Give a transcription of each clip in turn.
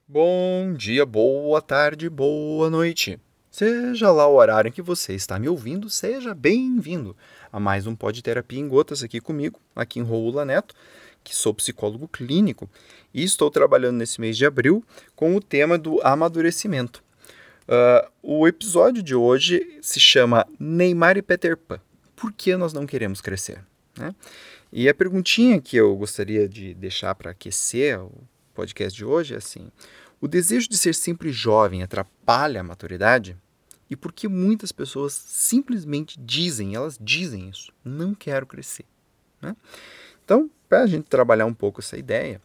Bom dia, boa tarde, boa noite. Seja lá o horário em que você está me ouvindo, seja bem-vindo a mais um Pod Terapia em Gotas aqui comigo, aqui em Roula Neto, que sou psicólogo clínico e estou trabalhando nesse mês de abril com o tema do amadurecimento. O episódio de hoje se chama Neymar e Peter Pan. Por que nós não queremos crescer? Né? E a perguntinha que eu gostaria de deixar para aquecer o podcast de hoje é assim: o desejo de ser sempre jovem atrapalha a maturidade? E por que muitas pessoas simplesmente elas dizem isso, não quero crescer? Né? Então, para a gente trabalhar um pouco essa ideia,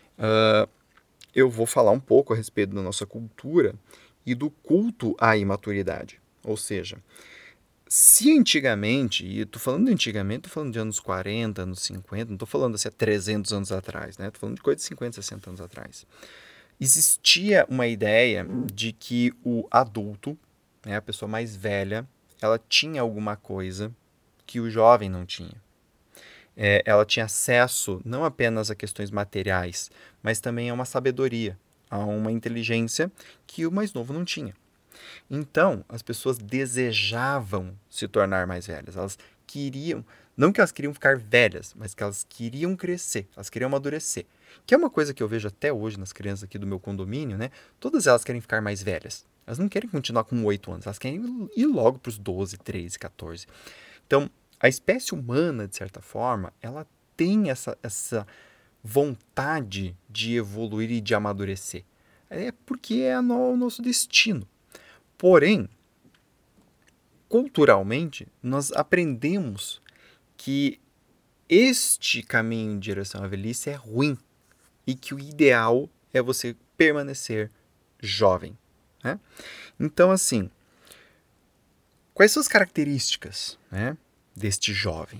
eu vou falar um pouco a respeito da nossa cultura e do culto à imaturidade. Ou seja, se antigamente, e estou falando de antigamente, estou falando de anos 40, anos 50, não estou falando assim há 300 anos atrás, né? Estou falando de coisa de 50, 60 anos atrás. Existia uma ideia de que o adulto, né, a pessoa mais velha, ela tinha alguma coisa que o jovem não tinha. Ela tinha acesso não apenas a questões materiais, mas também a uma sabedoria, a uma inteligência que o mais novo não tinha. Então, as pessoas desejavam se tornar mais velhas. Elas queriam, não que elas queriam ficar velhas, mas que elas queriam crescer, elas queriam amadurecer. Que é uma coisa que eu vejo até hoje nas crianças aqui do meu condomínio, né? Todas elas querem ficar mais velhas. Elas não querem continuar com 8 anos, elas querem ir logo para os 12, 13, 14. Então, a espécie humana, de certa forma, ela tem essa vontade de evoluir e de amadurecer. É porque é o nosso destino. Porém, culturalmente, nós aprendemos que este caminho em direção à velhice é ruim e que o ideal é você permanecer jovem. Né? Então, assim, quais são as características, né, deste jovem?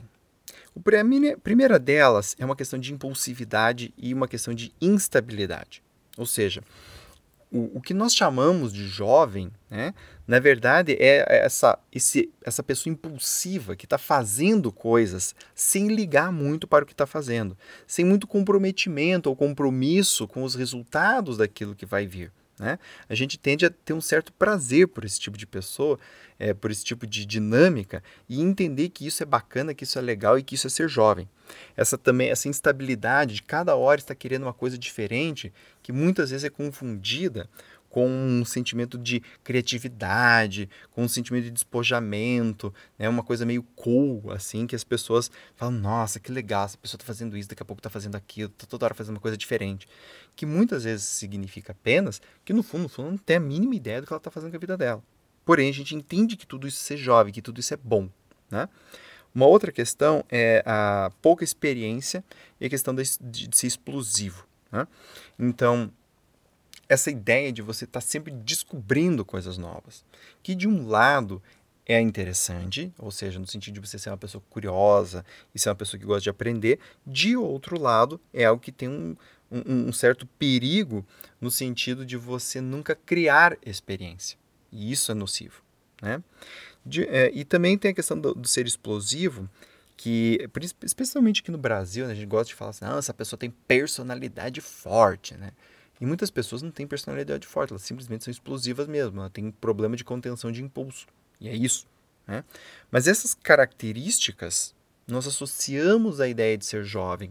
A primeira delas é uma questão de impulsividade e uma questão de instabilidade. Ou seja, o que nós chamamos de jovem, né, na verdade, é essa pessoa impulsiva que está fazendo coisas sem ligar muito para o que está fazendo, sem muito comprometimento ou compromisso com os resultados daquilo que vai vir. Né? A gente tende a ter um certo prazer por esse tipo de pessoa, por esse tipo de dinâmica e entender que isso é bacana, que isso é legal e que isso é ser jovem. Essa instabilidade de cada hora estar querendo uma coisa diferente, que muitas vezes é confundida com um sentimento de criatividade, com um sentimento de despojamento, né? Uma coisa meio cool, assim, que as pessoas falam, nossa, que legal, essa pessoa está fazendo isso, daqui a pouco está fazendo aquilo, está toda hora fazendo uma coisa diferente. Que muitas vezes significa apenas que, no fundo, não tem a mínima ideia do que ela está fazendo com a vida dela. Porém, a gente entende que tudo isso é jovem, que tudo isso é bom, né? Uma outra questão é a pouca experiência e a questão de ser explosivo. Né? Então, essa ideia de você estar sempre descobrindo coisas novas, que de um lado é interessante, ou seja, no sentido de você ser uma pessoa curiosa e ser uma pessoa que gosta de aprender, de outro lado é algo que tem um certo perigo no sentido de você nunca criar experiência, e isso é nocivo. Né? E também tem a questão do ser explosivo, que, especialmente aqui no Brasil, né, a gente gosta de falar assim, ah, essa pessoa tem personalidade forte, né? E muitas pessoas não têm personalidade forte, elas simplesmente são explosivas mesmo, elas têm um problema de contenção de impulso. E é isso. Né? Mas essas características nós associamos à ideia de ser jovem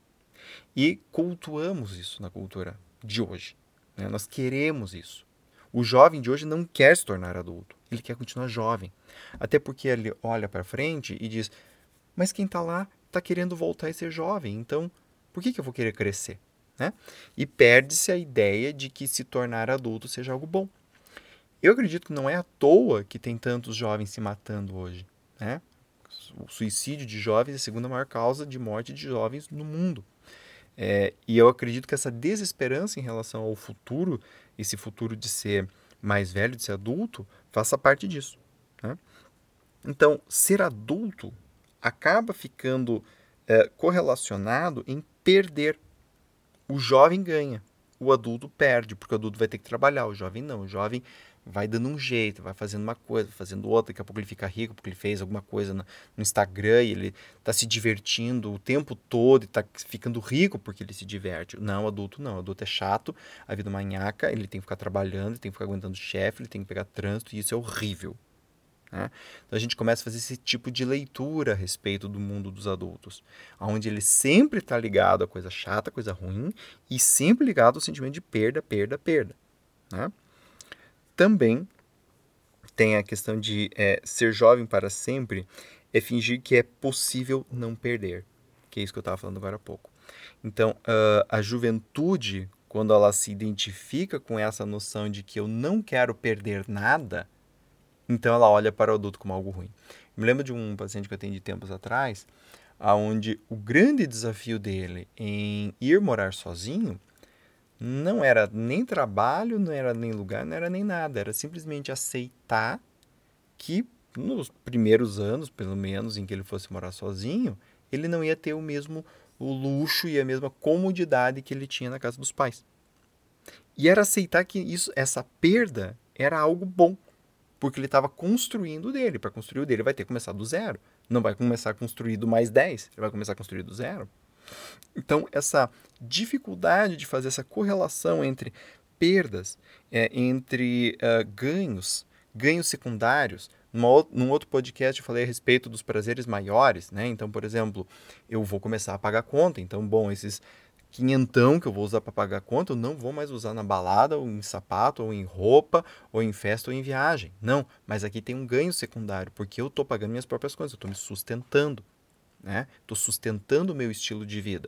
e cultuamos isso na cultura de hoje. Né? Nós queremos isso. O jovem de hoje não quer se tornar adulto, ele quer continuar jovem. Até porque ele olha para frente e diz, mas quem está lá está querendo voltar a ser jovem, então por que eu vou querer crescer? Né? E perde-se a ideia de que se tornar adulto seja algo bom. Eu acredito que não é à toa que tem tantos jovens se matando hoje. Né? O suicídio de jovens é a segunda maior causa de morte de jovens no mundo. E eu acredito que essa desesperança em relação ao futuro, esse futuro de ser mais velho, de ser adulto, faça parte disso. Né? Então, ser adulto acaba ficando correlacionado em perder. O jovem ganha, o adulto perde, porque o adulto vai ter que trabalhar, o jovem não. O jovem vai dando um jeito, vai fazendo uma coisa, fazendo outra, daqui a pouco ele fica rico porque ele fez alguma coisa no Instagram e ele está se divertindo o tempo todo e está ficando rico porque ele se diverte. Não, adulto não. Adulto é chato, a vida é manhaca, ele tem que ficar trabalhando, ele tem que ficar aguentando chefe, ele tem que pegar trânsito e isso é horrível. Né? Então a gente começa a fazer esse tipo de leitura a respeito do mundo dos adultos, onde ele sempre está ligado a coisa chata, coisa ruim e sempre ligado ao sentimento de perda, perda, perda. Né? Também tem a questão de ser jovem para sempre, é fingir que é possível não perder, que é isso que eu estava falando agora há pouco. Então, a juventude, quando ela se identifica com essa noção de que eu não quero perder nada, então ela olha para o adulto como algo ruim. Eu me lembro de um paciente que eu atendi tempos atrás, onde o grande desafio dele em ir morar sozinho não era nem trabalho, não era nem lugar, não era nem nada. Era simplesmente aceitar que nos primeiros anos, pelo menos, em que ele fosse morar sozinho, ele não ia ter o luxo e a mesma comodidade que ele tinha na casa dos pais. E era aceitar que essa perda era algo bom, porque ele estava construindo o dele. Para construir o dele, vai ter que começar do zero. Não vai começar a construir do mais 10, ele vai começar a construir do zero. Então, essa dificuldade de fazer essa correlação entre perdas, entre ganhos secundários. Num outro podcast eu falei a respeito dos prazeres maiores, né? Então, por exemplo, eu vou começar a pagar conta. Então, bom, esses quinhentão que eu vou usar para pagar conta, eu não vou mais usar na balada, ou em sapato, ou em roupa, ou em festa, ou em viagem. Não, mas aqui tem um ganho secundário, porque eu estou pagando minhas próprias coisas, eu estou me sustentando, né? Estou sustentando o meu estilo de vida.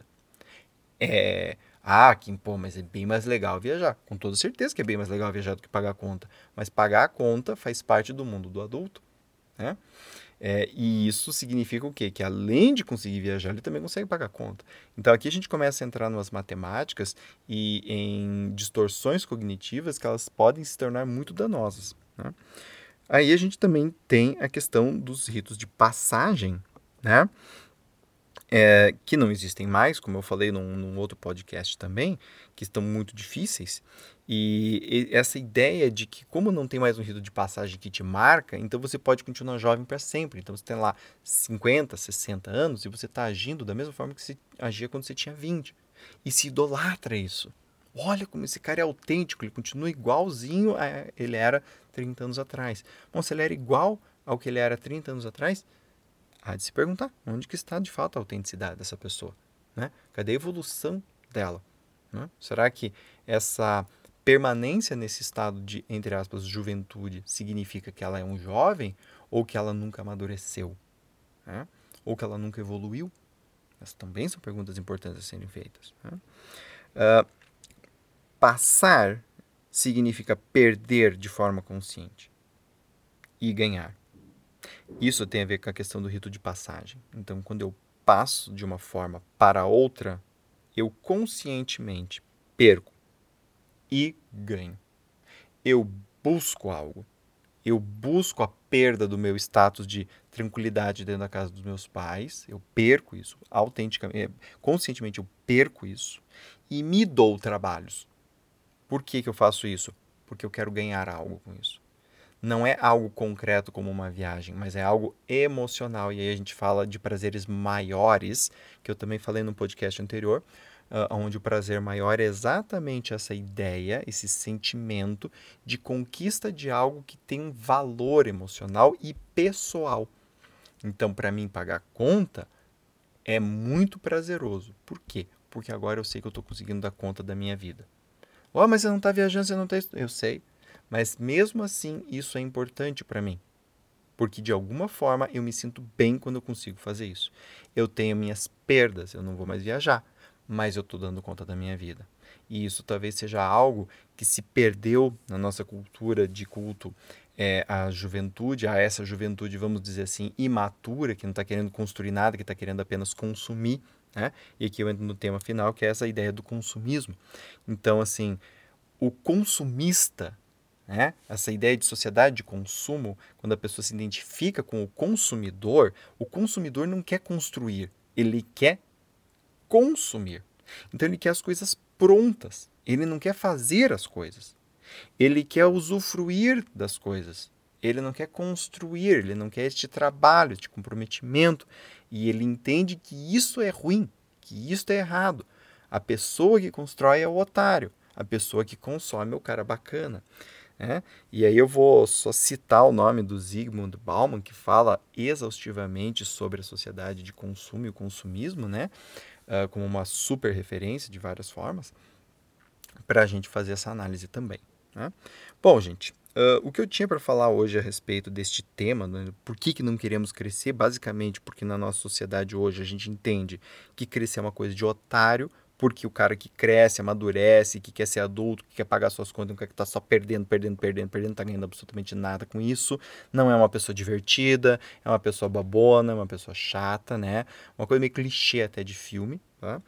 Mas é bem mais legal viajar. Com toda certeza que é bem mais legal viajar do que pagar a conta. Mas pagar a conta faz parte do mundo do adulto, né? E isso significa o quê? Que além de conseguir viajar, ele também consegue pagar a conta. Então aqui a gente começa a entrar nas matemáticas e em distorções cognitivas que elas podem se tornar muito danosas, né? Aí a gente também tem a questão dos ritos de passagem, né? Que não existem mais, como eu falei num outro podcast também, que estão muito difíceis. E essa ideia de que, como não tem mais um rito de passagem que te marca, então você pode continuar jovem para sempre. Então você tem lá 50, 60 anos e você está agindo da mesma forma que você agia quando você tinha 20. E se idolatra isso. Olha como esse cara é autêntico, ele continua igualzinho a ele era 30 anos atrás. Bom, se ele era igual ao que ele era 30 anos atrás, há de se perguntar onde que está de fato a autenticidade dessa pessoa, né? Cadê a evolução dela? Né? Será que essa permanência nesse estado de, entre aspas, juventude significa que ela é um jovem ou que ela nunca amadureceu? Né? Ou que ela nunca evoluiu? Essas também são perguntas importantes a serem feitas. Né? Passar significa perder de forma consciente e ganhar. Isso tem a ver com a questão do rito de passagem. Então, quando eu passo de uma forma para outra, eu conscientemente perco e ganho. Eu busco algo. Eu busco a perda do meu status de tranquilidade dentro da casa dos meus pais. Eu perco isso autenticamente, conscientemente eu perco isso e me dou trabalhos. Por que eu faço isso? Porque eu quero ganhar algo com isso. Não é algo concreto como uma viagem, mas é algo emocional. E aí a gente fala de prazeres maiores, que eu também falei no podcast anterior, onde o prazer maior é exatamente essa ideia, esse sentimento de conquista de algo que tem um valor emocional e pessoal. Então, para mim, pagar conta é muito prazeroso. Por quê? Porque agora eu sei que eu estou conseguindo dar conta da minha vida. Mas você não está viajando, você não está... Eu sei. Mas mesmo assim, isso é importante para mim. Porque de alguma forma eu me sinto bem quando eu consigo fazer isso. Eu tenho minhas perdas, eu não vou mais viajar, mas eu estou dando conta da minha vida. E isso talvez seja algo que se perdeu na nossa cultura de culto à juventude, a essa juventude, vamos dizer assim, imatura, que não está querendo construir nada, que está querendo apenas consumir. Né? E aqui eu entro no tema final, que é essa ideia do consumismo. Então, assim, o consumista, né? Essa ideia de sociedade de consumo, quando a pessoa se identifica com o consumidor não quer construir, ele quer consumir. Então ele quer as coisas prontas, ele não quer fazer as coisas. Ele quer usufruir das coisas. Ele não quer construir, ele não quer este trabalho, este comprometimento. E ele entende que isso é ruim, que isso é errado. A pessoa que constrói é o otário. A pessoa que consome é o cara bacana. Né? E aí eu vou só citar o nome do Zygmunt Bauman, que fala exaustivamente sobre a sociedade de consumo e o consumismo, né? Como uma super referência de várias formas, para a gente fazer essa análise também. Né? Bom, gente, o que eu tinha para falar hoje a respeito deste tema, né, por que não queremos crescer, basicamente porque na nossa sociedade hoje a gente entende que crescer é uma coisa de otário, porque o cara que cresce, amadurece, que quer ser adulto, que quer pagar suas contas, não quer que tá só perdendo, não tá ganhando absolutamente nada com isso, não é uma pessoa divertida, é uma pessoa babona, é uma pessoa chata, né? Uma coisa meio clichê até de filme, tá?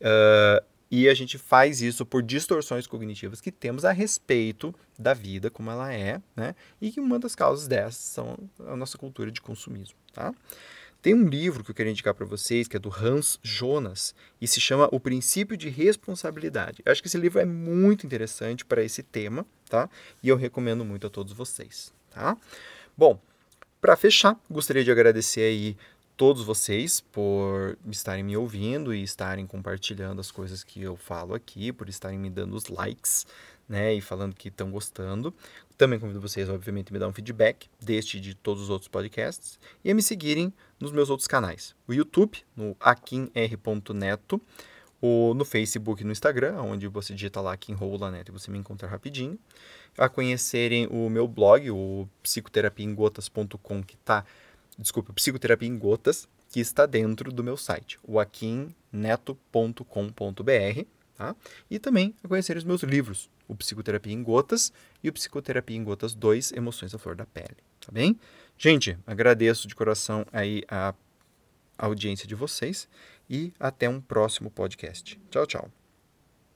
E a gente faz isso por distorções cognitivas que temos a respeito da vida como ela é, né? E que uma das causas dessas são a nossa cultura de consumismo, tá? Tem um livro que eu quero indicar para vocês, que é do Hans Jonas, e se chama O Princípio de Responsabilidade. Eu acho que esse livro é muito interessante para esse tema, tá? E eu recomendo muito a todos vocês, tá? Bom, para fechar, gostaria de agradecer aí todos vocês por estarem me ouvindo e estarem compartilhando as coisas que eu falo aqui, por estarem me dando os likes, né, e falando que estão gostando. Também convido vocês, obviamente, a me dar um feedback deste e de todos os outros podcasts e a me seguirem nos meus outros canais. O YouTube, no akinr.neto, no Facebook e no Instagram, onde você digita lá akinroulaneto e você me encontra rapidinho. A conhecerem o meu blog, o psicoterapiaemgotas.com, Psicoterapia em Gotas, que está dentro do meu site, o akinneto.com.br, tá? E também a conhecer os meus livros, o Psicoterapia em Gotas e o Psicoterapia em Gotas 2, Emoções à Flor da Pele, tá bem? Gente, agradeço de coração aí a audiência de vocês e até um próximo podcast. Tchau, tchau.